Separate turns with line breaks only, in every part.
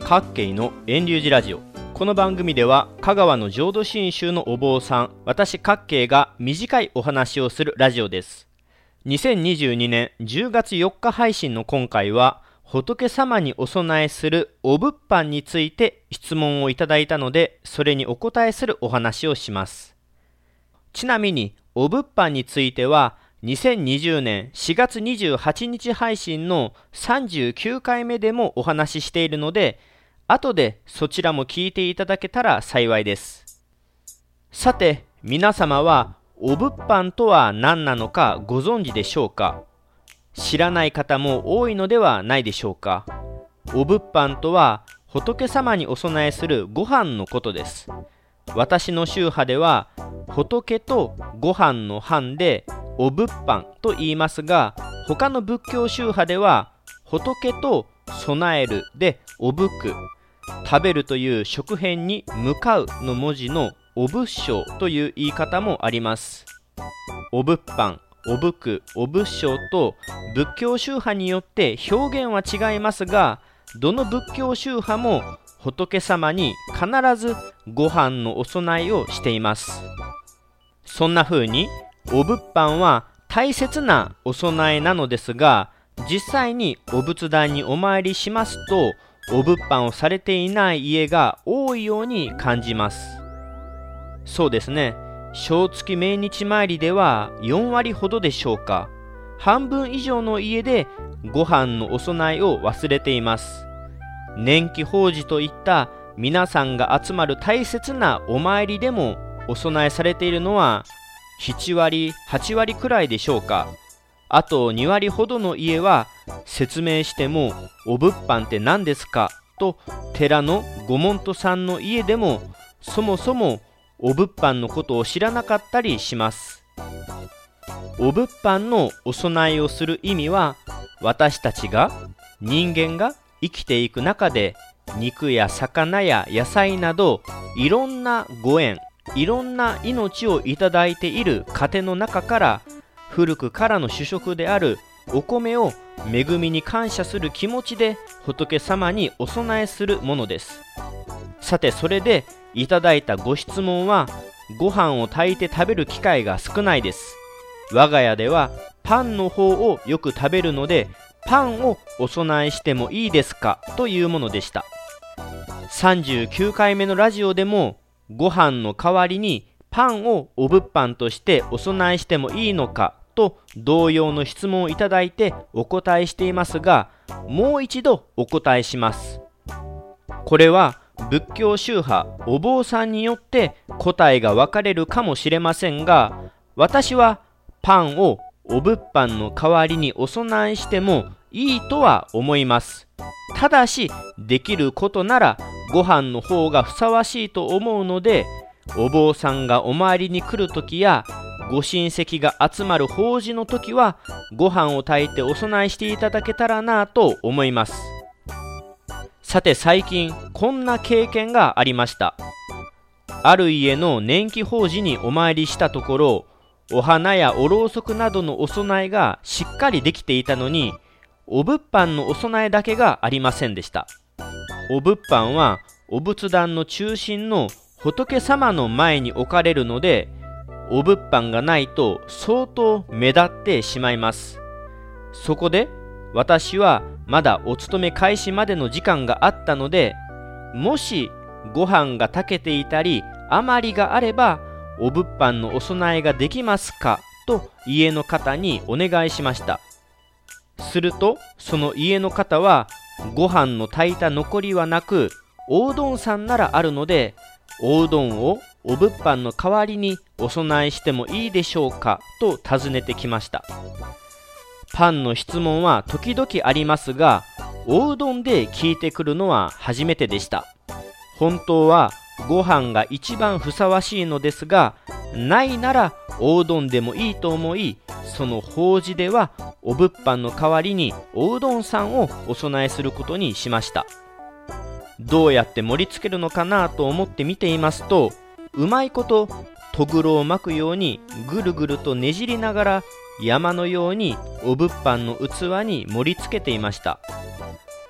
各系の遠流寺ラジオ。この番組では香川の浄土真宗のお坊さん、私各系が短いお話をするラジオです。2022年10月4日配信の今回は、仏様にお供えするお仏飯について質問をいただいたので、それにお答えするお話をします。ちなみにお仏飯については2020年4月28日配信の39回目でもお話ししているので、後でそちらも聞いていただけたら幸いです。さて、皆様はお仏飯とは何なのかご存知でしょうか？知らない方も多いのではないでしょうか。お仏飯とは仏様にお供えするご飯のことです。私の宗派では仏とご飯の飯でお仏飯と言いますが、他の仏教宗派では仏と供えるでお仏、食べるという食辺に向かうの文字のお仏生という言い方もあります。お仏飯、お仏、お仏生と仏教宗派によって表現は違いますが、どの仏教宗派も仏様に必ずご飯のお供えをしています。そんな風にお仏飯は大切なお供えなのですが、実際にお仏壇にお参りしますと、お仏飯をされていない家が多いように感じます。そうですね。正月命日参りでは4割ほどでしょうか。半分以上の家でご飯のお供えを忘れています。年季法事といった皆さんが集まる大切なお参りでもお供えされているのは7割、8割くらいでしょうか。あと2割ほどの家は説明してもお仏飯って何ですかと寺のご門徒さんの家でもそもそもお仏飯のことを知らなかったりします。お仏飯のお供えをする意味は、私たちが人間が生きていく中で肉や魚や野菜などいろんなご縁、いろんな命をいただいている家庭の中から古くからの主食であるお米を恵みに感謝する気持ちで仏様にお供えするものです。さて、それでいただいたご質問は、ご飯を炊いて食べる機会が少ないです。我が家ではパンの方をよく食べるので、パンをお供えしてもいいですかというものでした。39回目のラジオでもご飯の代わりにパンをお仏飯としてお供えしてもいいのかと同様の質問をいただいてお答えしていますが、もう一度お答えします。これは仏教宗派お坊さんによって答えが分かれるかもしれませんが、私はパンをお仏飯の代わりにお供えしてもいいとは思います。ただしできることならご飯の方がふさわしいと思うので、お坊さんがお参りに来るときやご親戚が集まる法事のときはご飯を炊いてお供えしていただけたらなと思います。さて、最近こんな経験がありました。ある家の年季法事にお参りしたところ、お花やおろうそくなどのお供えがしっかりできていたのに、お仏飯のお供えだけがありませんでした。お仏飯はお仏壇の中心の仏様の前に置かれるので、お仏飯がないと相当目立ってしまいます。そこで私はまだお勤め開始までの時間があったので、もしご飯が炊けていたり余りがあればお仏飯のお供えができますかと家の方にお願いしました。するとその家の方は、ご飯の炊いた残りはなくおうどんさんならあるので、おうどんをお仏飯の代わりにお供えしてもいいでしょうかと尋ねてきました。パンの質問は時々ありますが、おうどんで聞いてくるのは初めてでした。本当はご飯が一番ふさわしいのですが、ないならおうどんでもいいと思い、その法事ではお仏飯の代わりにおうどんさんをお供えすることにしました。どうやって盛り付けるのかなと思って見ていますと、うまいこととぐろを巻くようにぐるぐるとねじりながら山のようにお仏飯の器に盛り付けていました。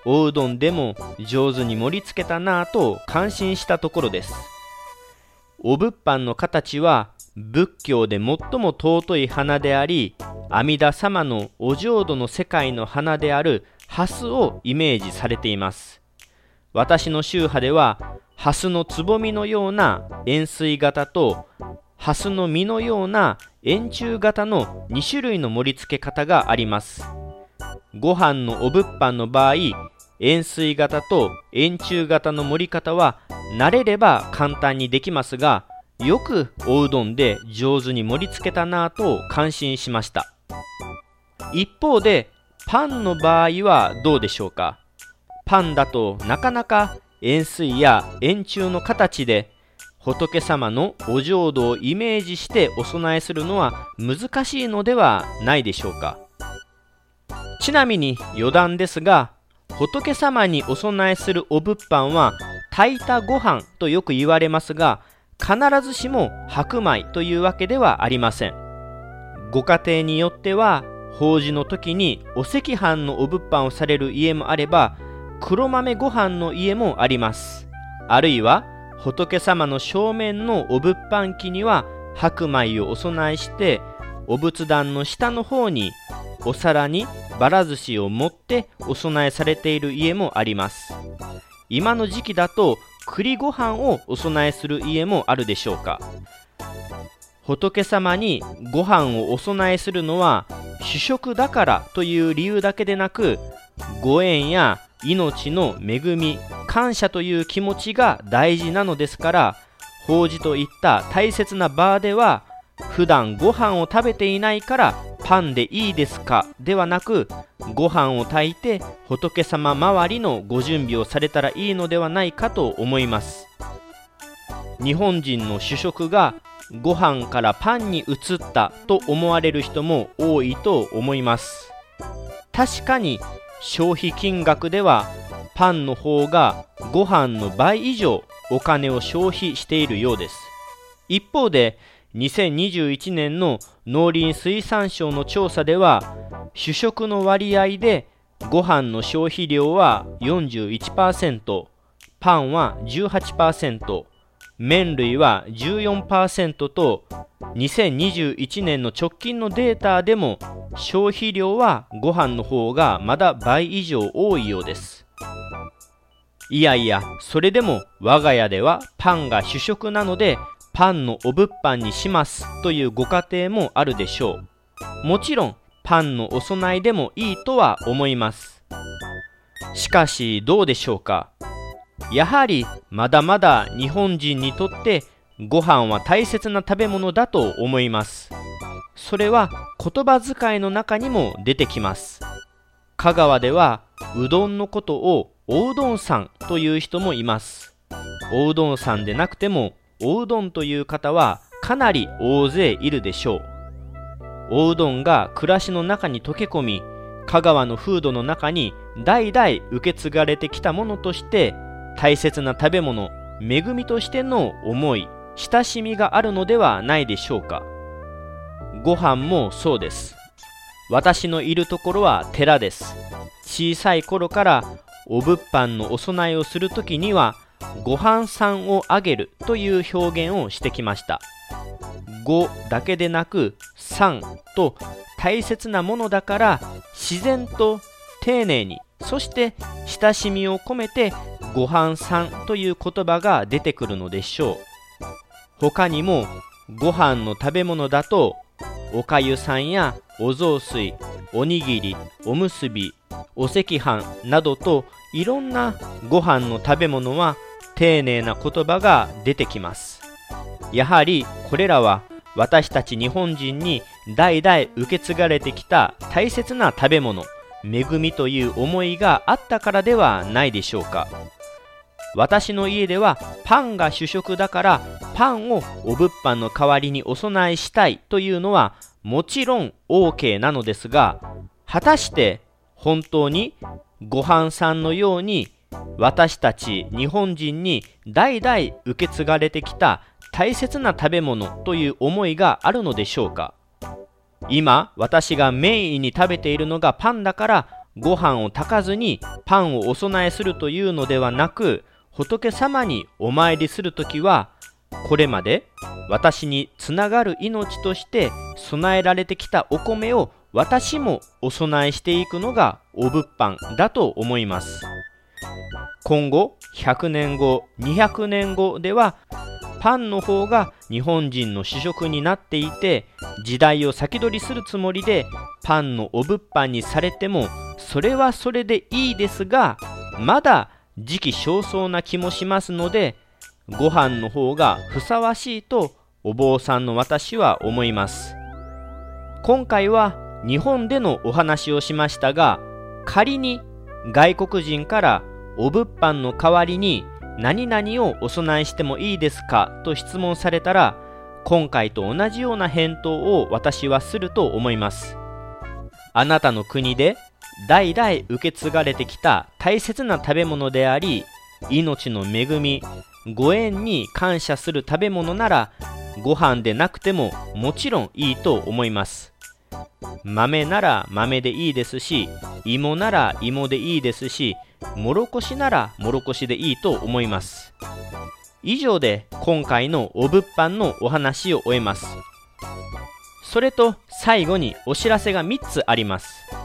おうどんでも上手に盛り付けたなぁと感心したところです。お仏飯の形は仏教で最も尊い花であり、阿弥陀様のお浄土の世界の花である蓮をイメージされています。私の宗派では、蓮のつぼみのような円錐型と蓮の実のような円柱型の2種類の盛り付け方があります。ご飯のお仏飯の場合、円錐型と円柱型の盛り方は慣れれば簡単にできますが、よくおうどんで上手に盛り付けたなぁと感心しました。一方でパンの場合はどうでしょうか。パンだとなかなか円錐や円柱の形で仏様のお浄土をイメージしてお供えするのは難しいのではないでしょうか。ちなみに余談ですが、仏様にお供えするお仏飯は炊いたご飯とよく言われますが、必ずしも白米というわけではありません。ご家庭によっては法事の時にお赤飯のお仏飯をされる家もあれば、黒豆ご飯の家もあります。あるいは仏様の正面のお仏飯器には白米をお供えして、お仏壇の下の方にお皿にばら寿司を持ってお供えされている家もあります。今の時期だと栗ご飯をお供えする家もあるでしょうか。仏様にご飯をお供えするのは主食だからという理由だけでなく、ご縁や命の恵み、感謝という気持ちが大事なのですから、法事といった大切な場では、普段ご飯を食べていないからパンでいいですかではなく、ご飯を炊いて仏様周りのご準備をされたらいいのではないかと思います。日本人の主食がご飯からパンに移ったと思われる人も多いと思います。確かに消費金額ではパンの方がご飯の倍以上お金を消費しているようです。一方で2021年の農林水産省の調査では、主食の割合でご飯の消費量は 41%、パンは 18%、麺類は 14% と、2021年の直近のデータでも消費量はご飯の方がまだ倍以上多いようです。いやいや、それでも我が家ではパンが主食なのでパンのお仏飯にしますというご家庭もあるでしょう。もちろんパンのお供えでもいいとは思います。しかしどうでしょうか。やはりまだまだ日本人にとってご飯は大切な食べ物だと思います。それは言葉遣いの中にも出てきます。香川ではうどんのことをおうどんさんという人もいます。おうどんさんでなくてもおうどんという方はかなり大勢いるでしょう。おうどんが暮らしの中に溶け込み、香川の風土の中に代々受け継がれてきたものとして大切な食べ物、恵みとしての思い、親しみがあるのではないでしょうか。ご飯もそうです。私のいるところは寺です。小さい頃からお仏飯のお供えをするときにはご飯さんをあげるという表現をしてきました。ごだけでなくさんと大切なものだから自然と丁寧に、そして親しみを込めてご飯さんという言葉が出てくるのでしょう。他にもご飯の食べ物だとおかゆさんやお雑炊、おにぎり、おむすび、お赤飯などといろんなご飯の食べ物は丁寧な言葉が出てきます。やはりこれらは私たち日本人に代々受け継がれてきた大切な食べ物、恵みという思いがあったからではないでしょうか。私の家ではパンが主食だからパンをお仏飯の代わりにお供えしたいというのはもちろん OK なのですが、果たして本当にご飯さんのように私たち日本人に代々受け継がれてきた大切な食べ物という思いがあるのでしょうか。今私がメインに食べているのがパンだからご飯を炊かずにパンをお供えするというのではなく、仏様にお参りするときは、これまで私につながる命として供えられてきたお米を私もお供えしていくのがお仏飯だと思います。今後100年後200年後ではパンの方が日本人の主食になっていて、時代を先取りするつもりでパンのお仏飯にされてもそれはそれでいいですが、まだ時期尚早な気もしますので、ご飯の方がふさわしいとお坊さんの私は思います。今回は日本でのお話をしましたが、仮に外国人からお仏飯の代わりに何々をお供えしてもいいですかと質問されたら、今回と同じような返答を私はすると思います。あなたの国で代々受け継がれてきた大切な食べ物であり、命の恵み、ご縁に感謝する食べ物なら、ご飯でなくてももちろんいいと思います。豆なら豆でいいですし、芋なら芋でいいですし、もろこしならもろこしでいいと思います。以上で今回のお仏飯のお話を終えます。それと最後にお知らせが3つあります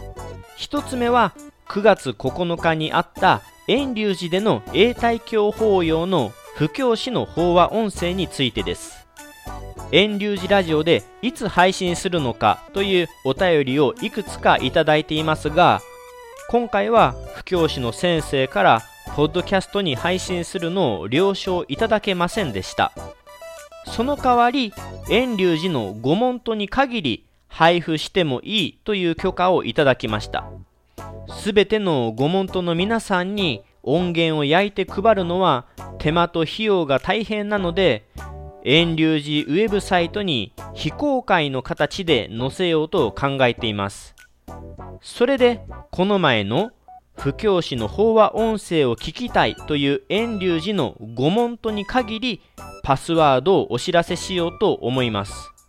。1つ目は9月9日にあった遠隆寺での永代経法要の布教師の法話音声についてです。遠隆寺ラジオでいつ配信するのかというお便りをいくつかいただいていますが、今回は布教師の先生からポッドキャストに配信するのを了承いただけませんでした。その代わり遠隆寺の御門徒に限り配布してもいいという許可をいただきました。すべての御門徒の皆さんに音源を焼いて配るのは手間と費用が大変なので、遠隆寺ウェブサイトに非公開の形で載せようと考えています。それでこの前の布教師の法話音声を聞きたいという遠隆寺の御門徒に限りパスワードをお知らせしようと思います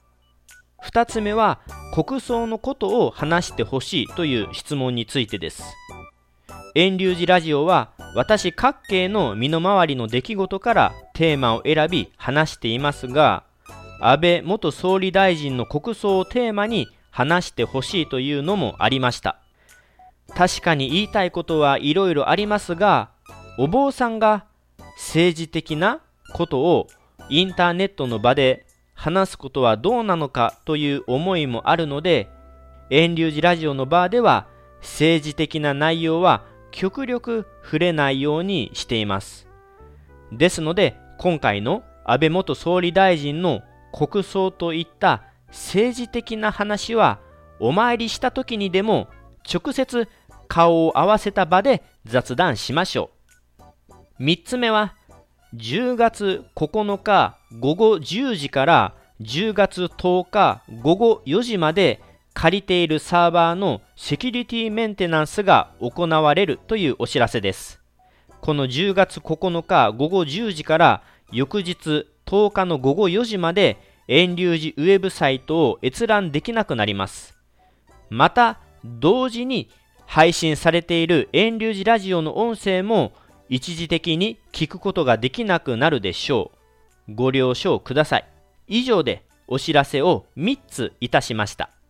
。2つ目は国葬のことを話してほしいという質問についてです。遠隆寺ラジオは私各系の身の回りの出来事からテーマを選び話していますが、安倍元総理大臣の国葬をテーマに話してほしいというのもありました。確かに言いたいことはいろいろありますが、お坊さんが政治的なことをインターネットの場で話すことはどうなのかという思いもあるので、遠隆寺ラジオの場では政治的な内容は極力触れないようにしています。ですので今回の安倍元総理大臣の国葬といった政治的な話はお参りした時にでも直接顔を合わせた場で雑談しましょう。3つ目は10月9日午後10時から10月10日午後4時まで借りているサーバーのセキュリティメンテナンスが行われるというお知らせです。この10月9日午後10時から翌日10日の午後4時まで遠隆寺ウェブサイトを閲覧できなくなります。また同時に配信されている遠隆寺ラジオの音声も一時的に聞くことができなくなるでしょう。ご了承ください。以上でお知らせを3ついたしました。